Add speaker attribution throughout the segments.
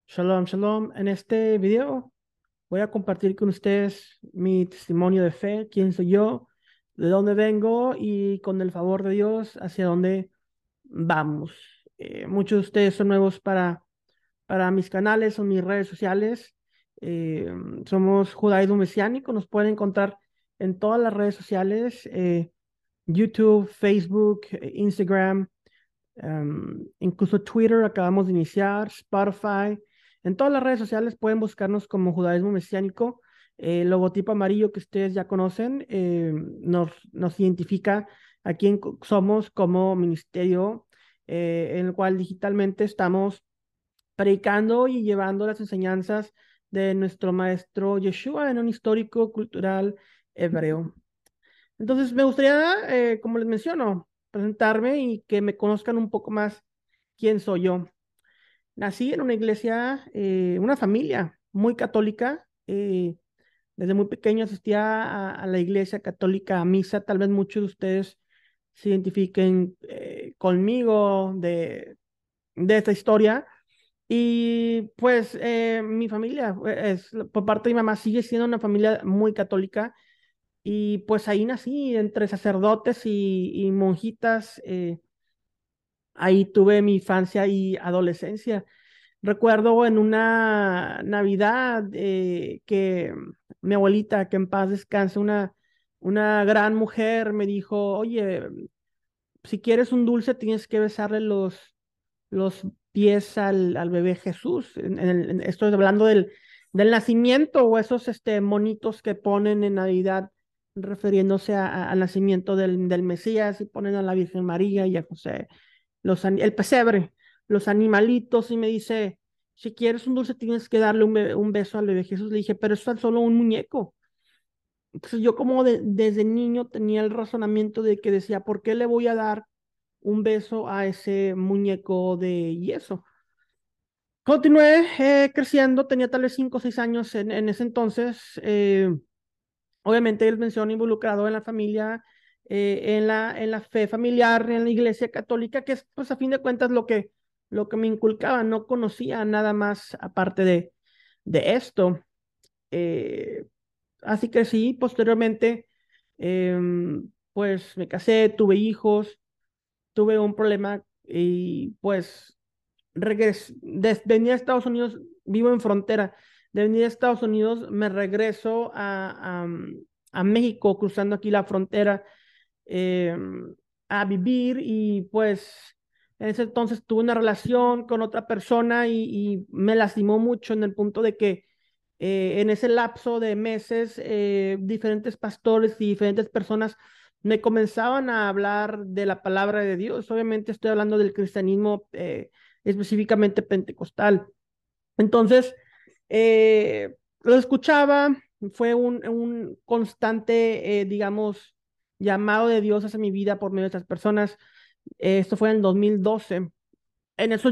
Speaker 1: Shalom, shalom. En este video voy a compartir con ustedes mi testimonio de fe, quién soy yo, de dónde vengo y con el favor de Dios hacia dónde vamos. Muchos de ustedes son nuevos para mis canales o mis redes sociales. Eh, Somos Judaísmo Mesiánico, nos pueden encontrar en todas las redes sociales, YouTube, Facebook, Instagram. Incluso Twitter acabamos de iniciar, Spotify. En todas las redes sociales pueden buscarnos como Judaísmo Mesiánico. El logotipo amarillo que ustedes ya conocen nos identifica a quién somos como ministerio, en el cual digitalmente estamos predicando y llevando las enseñanzas de nuestro maestro Yeshua en un histórico cultural hebreo. Entonces, me gustaría, como les menciono, presentarme y que me conozcan un poco más quién soy yo. Nací en una iglesia, una familia muy católica. Desde muy pequeño asistía a la iglesia católica, a misa. Tal vez muchos de ustedes se identifiquen conmigo de esta historia. Y pues mi familia, por parte de mi mamá, sigue siendo una familia muy católica. Y pues ahí nací entre sacerdotes y monjitas. Ahí tuve mi infancia y adolescencia. Recuerdo en una Navidad que mi abuelita, que en paz descanse, una gran mujer, me dijo, oye, si quieres un dulce tienes que besarle los pies al bebé Jesús. Estoy hablando del nacimiento o esos monitos que ponen en Navidad refiriéndose al nacimiento del Mesías y ponen a la Virgen María y a José, el pesebre, los animalitos y me dice, si quieres un dulce tienes que darle un beso al bebé Jesús. Le dije, pero es tan solo un muñeco. Entonces yo como desde niño tenía el razonamiento de que decía, ¿por qué le voy a dar un beso a ese muñeco de yeso? Continué creciendo, tenía tal vez 5 o 6 años en ese entonces. Obviamente él menciona involucrado en la familia, en la fe familiar, en la iglesia católica, que es pues a fin de cuentas lo que me inculcaba. No conocía nada más aparte de esto. Eh, Así que sí, posteriormente, pues me casé, tuve hijos, tuve un problema y pues venía a Estados Unidos, vivo en frontera, de venir a Estados Unidos me regreso a México, cruzando aquí la frontera eh, a vivir y pues en ese entonces tuve una relación con otra persona y me lastimó mucho en el punto de que en ese lapso de meses diferentes pastores y diferentes personas me comenzaban a hablar de la palabra de Dios. Obviamente estoy hablando del cristianismo específicamente pentecostal. Entonces, lo escuchaba, fue un constante, digamos, llamado de Dios hacia mi vida por medio de estas personas. Esto fue en el 2012. En eso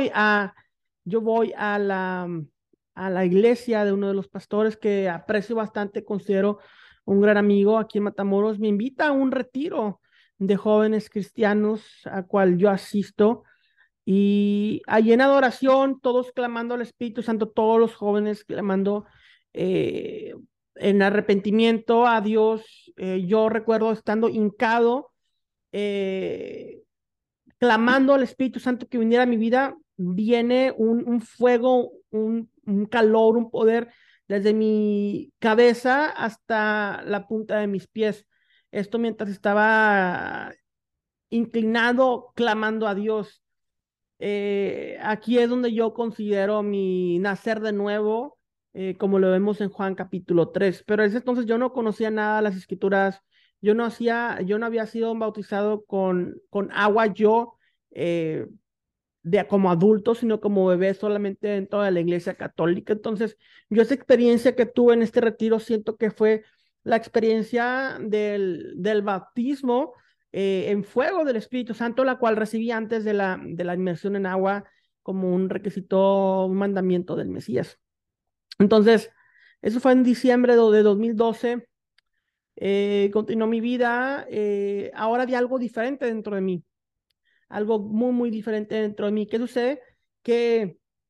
Speaker 1: yo voy a la iglesia de uno de los pastores que aprecio bastante, considero un gran amigo aquí en Matamoros. Me invita a un retiro de jóvenes cristianos a cual yo asisto. Y allí en adoración, todos clamando al Espíritu Santo, todos los jóvenes clamando eh, en arrepentimiento a Dios. Yo recuerdo estando hincado, eh, clamando al Espíritu Santo que viniera a mi vida. Viene un fuego, un calor, un poder desde mi cabeza hasta la punta de mis pies. Esto mientras estaba inclinado, clamando a Dios. Aquí es donde yo considero mi nacer de nuevo, como lo vemos en Juan capítulo 3. Pero en ese entonces yo no conocía nada de las escrituras, yo no había sido bautizado con agua yo, eh, como adulto, sino como bebé solamente dentro de la iglesia católica. Entonces, yo esa experiencia que tuve en este retiro siento que fue la experiencia del bautismo en fuego del Espíritu Santo, la cual recibí antes de la inmersión en agua como un requisito, un mandamiento del Mesías. Entonces, eso fue en diciembre de 2012. Continuó mi vida. Ahora había algo diferente dentro de mí, algo muy, muy diferente dentro de mí. ¿Qué sucede? Que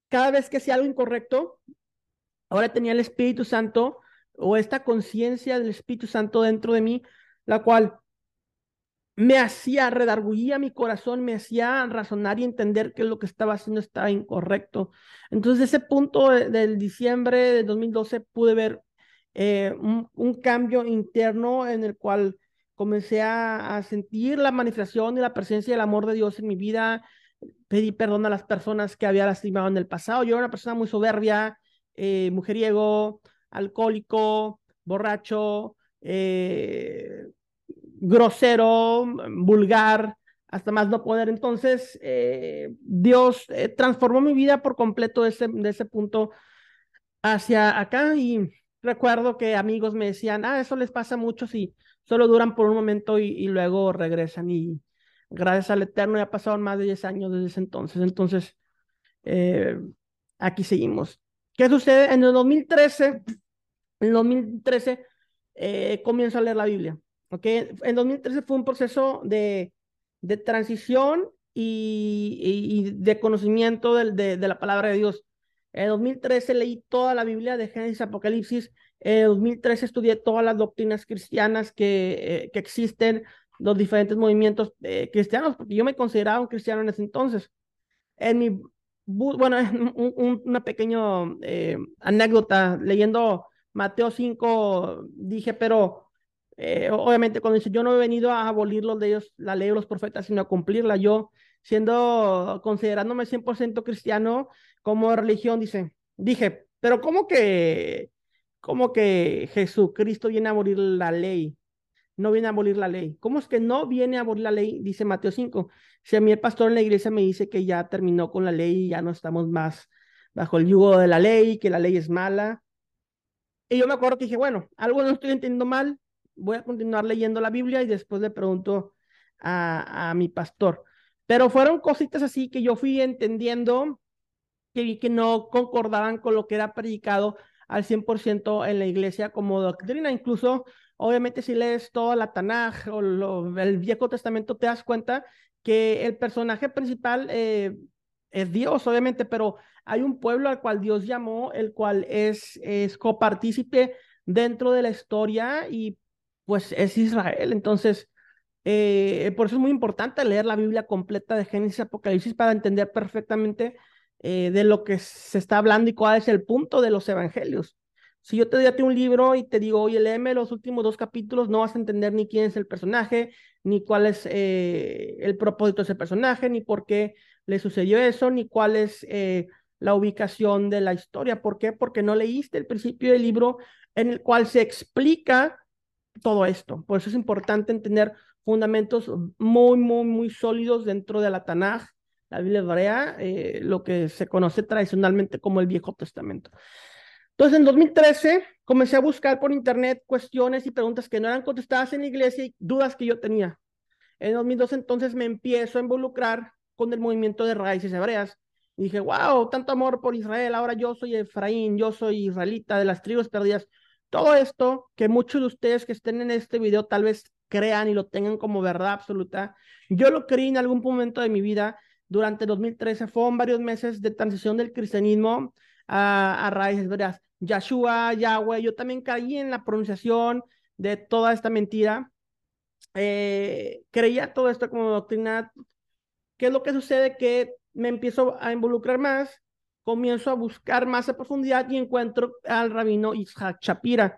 Speaker 1: cada vez que hacía algo incorrecto, ahora tenía el Espíritu Santo o esta conciencia del Espíritu Santo dentro de mí, la cual me hacía, redarguía mi corazón, me hacía razonar y entender que lo que estaba haciendo estaba incorrecto. Entonces, ese punto del diciembre de 2012 pude ver un cambio interno en el cual comencé a sentir la manifestación y la presencia del amor de Dios en mi vida. Pedí perdón a las personas que había lastimado en el pasado. Yo era una persona muy soberbia, mujeriego, alcohólico, borracho, grosero, vulgar, hasta más no poder. Entonces, Dios transformó mi vida por completo de ese punto hacia acá. Y recuerdo que amigos me decían, eso les pasa mucho si solo duran por un momento y luego regresan. Y gracias al Eterno ya pasaron más de 10 años desde ese entonces. Entonces, eh, aquí seguimos. ¿Qué sucede? En 2013 comienzo a leer la Biblia. ¿Ok? En 2013 fue un proceso de transición y de conocimiento de la palabra de Dios. En 2013 leí toda la Biblia de Génesis a Apocalipsis. En 2013 estudié todas las doctrinas cristianas que existen, los diferentes movimientos cristianos, porque yo me consideraba un cristiano en ese entonces. En mi, bueno, una pequeña anécdota, leyendo Mateo 5 dije, pero obviamente cuando dice, yo no he venido a abolir los de ellos, la ley de los profetas, sino a cumplirla. Yo, considerándome 100% cristiano como religión, dije, pero cómo que Jesucristo viene a abolir la ley? No viene a abolir la ley. ¿Cómo es que no viene a abolir la ley? Dice Mateo 5. Si a mí el pastor en la iglesia me dice que ya terminó con la ley y ya no estamos más bajo el yugo de la ley, que la ley es mala. Y yo me acuerdo que dije, bueno, algo no estoy entendiendo mal, voy a continuar leyendo la Biblia y después le pregunto a mi pastor. Pero fueron cositas así que yo fui entendiendo, que vi que no concordaban con lo que era predicado al 100% en la iglesia como doctrina. Incluso, obviamente, si lees toda la Tanaj o el Viejo Testamento, te das cuenta que el personaje principal es Dios, obviamente, pero hay un pueblo al cual Dios llamó, el cual es copartícipe dentro de la historia y pues es Israel. Entonces, por eso es muy importante leer la Biblia completa de Génesis a Apocalipsis para entender perfectamente de lo que se está hablando y cuál es el punto de los evangelios. Si yo te doy a ti un libro y te digo, oye, léeme los últimos 2 capítulos, no vas a entender ni quién es el personaje, ni cuál es el propósito de ese personaje, ni por qué le sucedió eso, ni cuál es la ubicación de la historia. ¿Por qué? Porque no leíste el principio del libro en el cual se explica todo esto. Por eso es importante tener fundamentos muy, muy, muy sólidos dentro de la Tanaj, la Biblia hebrea, lo que se conoce tradicionalmente como el Viejo Testamento. Entonces, en 2013 comencé a buscar por internet cuestiones y preguntas que no eran contestadas en la iglesia y dudas que yo tenía. En 2012 entonces me empiezo a involucrar con el movimiento de raíces hebreas. Y dije, wow, tanto amor por Israel, ahora yo soy Efraín, yo soy israelita de las tribus perdidas. Todo esto que muchos de ustedes que estén en este video tal vez crean y lo tengan como verdad absoluta, yo lo creí en algún momento de mi vida. Durante 2013 fueron varios meses de transición del cristianismo a raíces hebreas. Yahshua, Yahweh, yo también caí en la pronunciación de toda esta mentira. Creía todo esto como doctrina. ¿Qué es lo que sucede? Que me empiezo a involucrar más, comienzo a buscar más a profundidad y encuentro al rabino Isaac Shapira.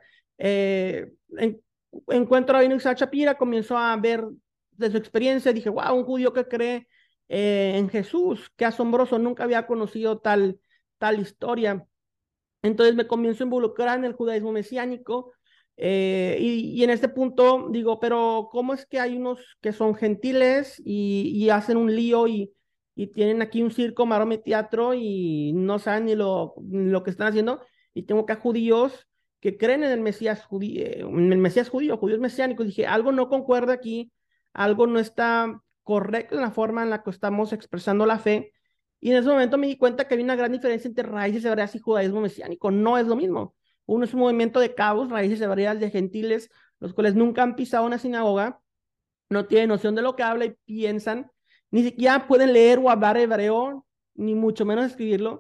Speaker 1: Encuentro al rabino Isaac Shapira, comienzo a ver de su experiencia, dije, wow, un judío que cree en Jesús, qué asombroso, nunca había conocido tal historia. Entonces me comienzo a involucrar en el judaísmo mesiánico y en este punto digo, pero ¿cómo es que hay unos que son gentiles y hacen un lío y tienen aquí un circo, maroma y teatro y no saben ni lo que están haciendo? Y tengo acá judíos que creen en el Mesías judío, judíos mesiánicos. Dije, algo no concuerda aquí, algo no está correcto en la forma en la que estamos expresando la fe. Y en ese momento me di cuenta que había una gran diferencia entre raíces hebreas y judaísmo mesiánico. No es lo mismo. Uno es un movimiento de cabos, raíces hebreas de gentiles, los cuales nunca han pisado una sinagoga, no tienen noción de lo que habla y piensan, ni siquiera pueden leer o hablar hebreo, ni mucho menos escribirlo.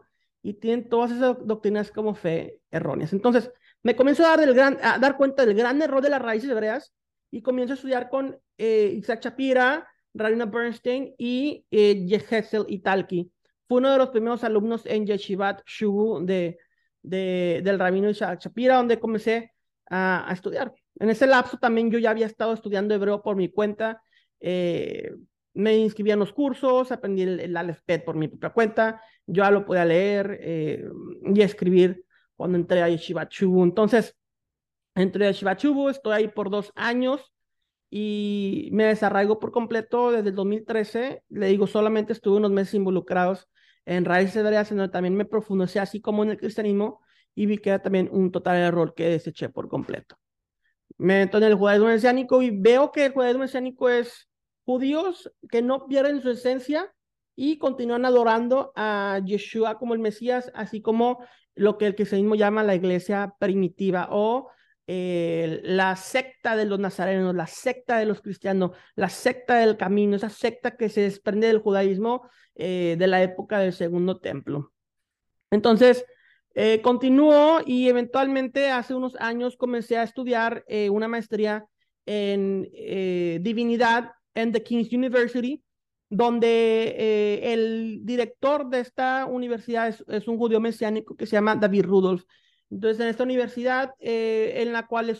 Speaker 1: y tienen todas esas doctrinas como fe erróneas. Entonces, me comienzo a dar cuenta del gran error de las raíces hebreas y comienzo a estudiar con Isaac Shapira, Ravina Bernstein y Yehezel Italki. Fue uno de los primeros alumnos en Yeshivat Shubu del rabino Isaac Shapira, donde comencé a estudiar. En ese lapso también yo ya había estado estudiando hebreo por mi cuenta. eh, Me inscribí en los cursos, aprendí el Aleph Bet por mi propia cuenta, yo ya lo podía leer y escribir cuando entré a Yeshivat Shubu. Entonces, entré a Yeshivat Shubu, estoy ahí por 2 años y me desarraigo por completo desde el 2013. Le digo, solamente estuve unos meses involucrados en raíces hebreas, en donde también me profundicé así como en el cristianismo y vi que era también un total error que deseché por completo. Me meto en el judaísmo mesiánico y veo que el judaísmo mesiánico es judíos que no pierden su esencia y continúan adorando a Yeshua como el Mesías, así como lo que el cristianismo llama la iglesia primitiva o la secta de los nazarenos, la secta de los cristianos, la secta del camino, esa secta que se desprende del judaísmo de la época del segundo templo. Entonces, continuó y eventualmente hace unos años comencé a estudiar una maestría en divinidad en The King's University, donde el director de esta universidad es un judío mesiánico que se llama David Rudolph. Entonces, en esta universidad en la cual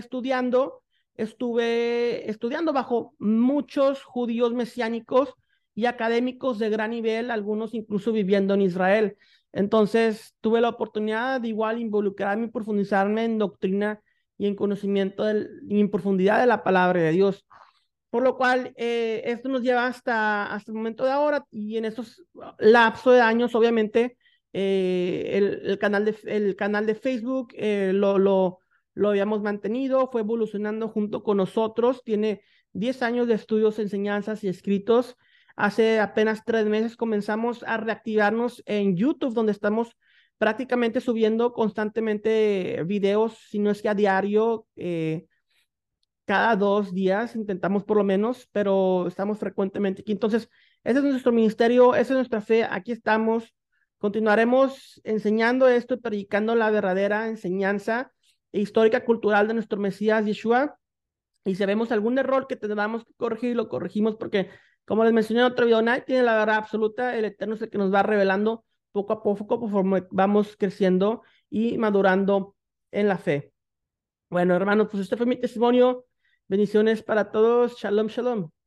Speaker 1: estuve estudiando bajo muchos judíos mesiánicos y académicos de gran nivel, algunos incluso viviendo en Israel. Entonces tuve la oportunidad de igual involucrarme y profundizarme en doctrina y en conocimiento y en profundidad de la palabra de Dios. Por lo cual, esto nos lleva hasta el momento de ahora y en estos lapsos de años, obviamente, el canal de Facebook lo habíamos mantenido, fue evolucionando junto con nosotros, tiene 10 años de estudios, enseñanzas y escritos. Hace apenas 3 meses comenzamos a reactivarnos en YouTube, donde estamos prácticamente subiendo constantemente videos, si no es que a diario, cada 2 días, intentamos por lo menos, pero estamos frecuentemente aquí. Entonces, ese es nuestro ministerio, esa es nuestra fe, aquí estamos. Continuaremos enseñando esto y predicando la verdadera enseñanza histórica, cultural de nuestro Mesías Yeshua. Y si vemos algún error que tengamos que corregir, lo corregimos porque, como les mencioné en otro video, nadie tiene la verdad absoluta. El Eterno es el que nos va revelando poco a poco conforme vamos creciendo y madurando en la fe. Bueno, hermanos, pues este fue mi testimonio. Bendiciones para todos. Shalom, shalom.